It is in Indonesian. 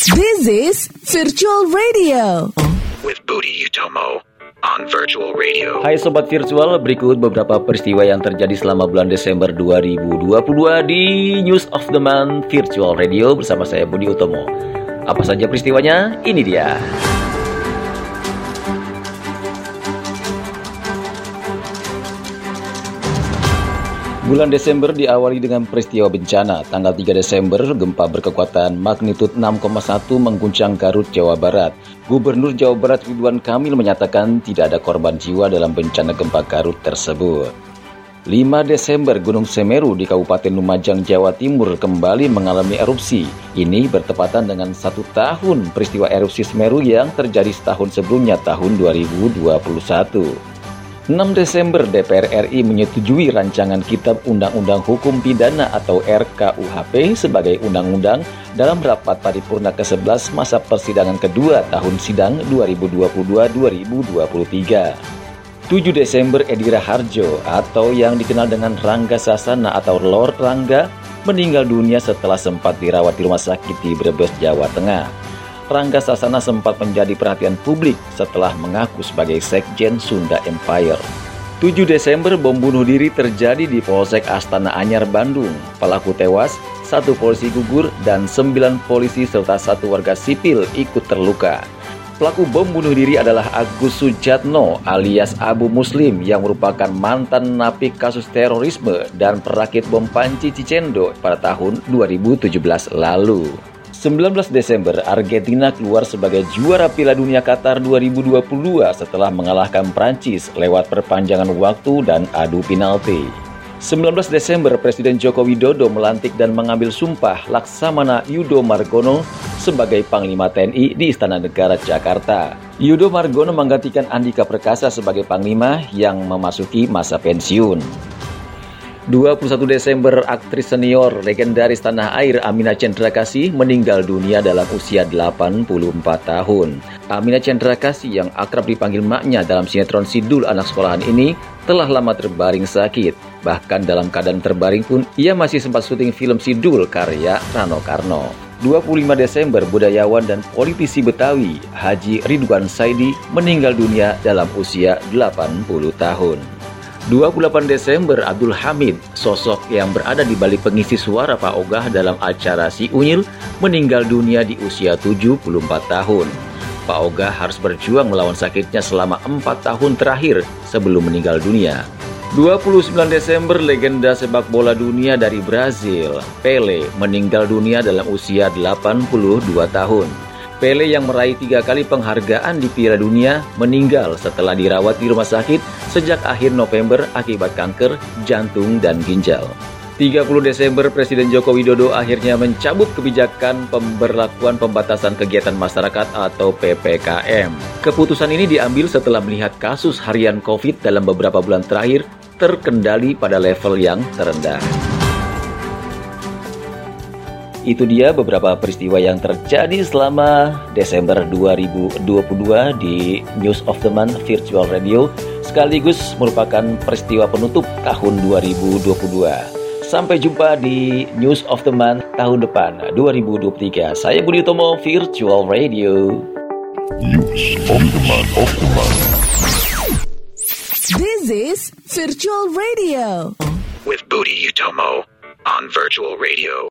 This is Virtual Radio with Budi Utomo on Virtual Radio. Hai Sobat Virtual, berikut beberapa peristiwa yang terjadi selama bulan Desember 2022 di News of the Month Virtual Radio bersama saya Budi Utomo. Apa saja peristiwanya? Ini dia. Bulan Desember diawali dengan peristiwa bencana. Tanggal 3 Desember, gempa berkekuatan magnitud 6,1 mengguncang Garut, Jawa Barat. Gubernur Jawa Barat Ridwan Kamil menyatakan tidak ada korban jiwa dalam bencana gempa Garut tersebut. 5 Desember, Gunung Semeru di Kabupaten Lumajang, Jawa Timur kembali mengalami erupsi. Ini bertepatan dengan 1 tahun peristiwa erupsi Semeru yang terjadi setahun sebelumnya, tahun 2021. 6 Desember, DPR RI menyetujui rancangan Kitab Undang-Undang Hukum Pidana atau RKUHP sebagai undang-undang dalam rapat paripurna ke-11 masa persidangan kedua tahun sidang 2022-2023. 7 Desember, Edi Raharjo atau yang dikenal dengan Rangga Sasana atau Lord Rangga meninggal dunia setelah sempat dirawat di rumah sakit di Brebes, Jawa Tengah. Rangga Sasana sempat menjadi perhatian publik setelah mengaku sebagai Sekjen Sunda Empire. 7 Desember, bom bunuh diri terjadi di Polsek Astana Anyar, Bandung. Pelaku tewas, 1 polisi gugur, dan 9 polisi serta 1 warga sipil ikut terluka. Pelaku bom bunuh diri adalah Agus Sujatno alias Abu Muslim yang merupakan mantan napi kasus terorisme dan perakit bom panci Cicendo pada tahun 2017 lalu. 19 Desember, Argentina keluar sebagai juara Piala Dunia Qatar 2022 setelah mengalahkan Prancis lewat perpanjangan waktu dan adu penalti. 19 Desember, Presiden Joko Widodo melantik dan mengambil sumpah Laksamana Yudo Margono sebagai Panglima TNI di Istana Negara, Jakarta. Yudo Margono menggantikan Andika Perkasa sebagai Panglima yang memasuki masa pensiun. 21 Desember, aktris senior legendaris tanah air Aminah Cendrakasih meninggal dunia dalam usia 84 tahun. Aminah Cendrakasih yang akrab dipanggil maknya dalam sinetron Sidul anak sekolahan ini telah lama terbaring sakit. Bahkan dalam keadaan terbaring pun ia masih sempat syuting film Sidul karya Rano Karno. 25 Desember, budayawan dan politisi Betawi Haji Ridwan Saidi meninggal dunia dalam usia 80 tahun. 28 Desember, Abdul Hamid, sosok yang berada di balik pengisi suara Pak Ogah dalam acara Si Unyil, meninggal dunia di usia 74 tahun. Pak Ogah harus berjuang melawan sakitnya selama 4 tahun terakhir sebelum meninggal dunia. 29 Desember, legenda sepak bola dunia dari Brazil, Pele, meninggal dunia dalam usia 82 tahun. Pele yang meraih 3 kali penghargaan di Piala Dunia meninggal setelah dirawat di rumah sakit sejak akhir November akibat kanker jantung dan ginjal. 30 Desember, Presiden Joko Widodo akhirnya mencabut kebijakan pemberlakuan pembatasan kegiatan masyarakat atau PPKM. Keputusan ini diambil setelah melihat kasus harian COVID dalam beberapa bulan terakhir terkendali pada level yang terendah. Itu dia beberapa peristiwa yang terjadi selama Desember 2022 di News of the Month Virtual Radio, sekaligus merupakan peristiwa penutup tahun 2022. Sampai jumpa di News of the Month tahun depan 2023. Saya Budi Utomo, Virtual Radio. News of the Month. This is Virtual Radio With Budi Utomo on Virtual Radio.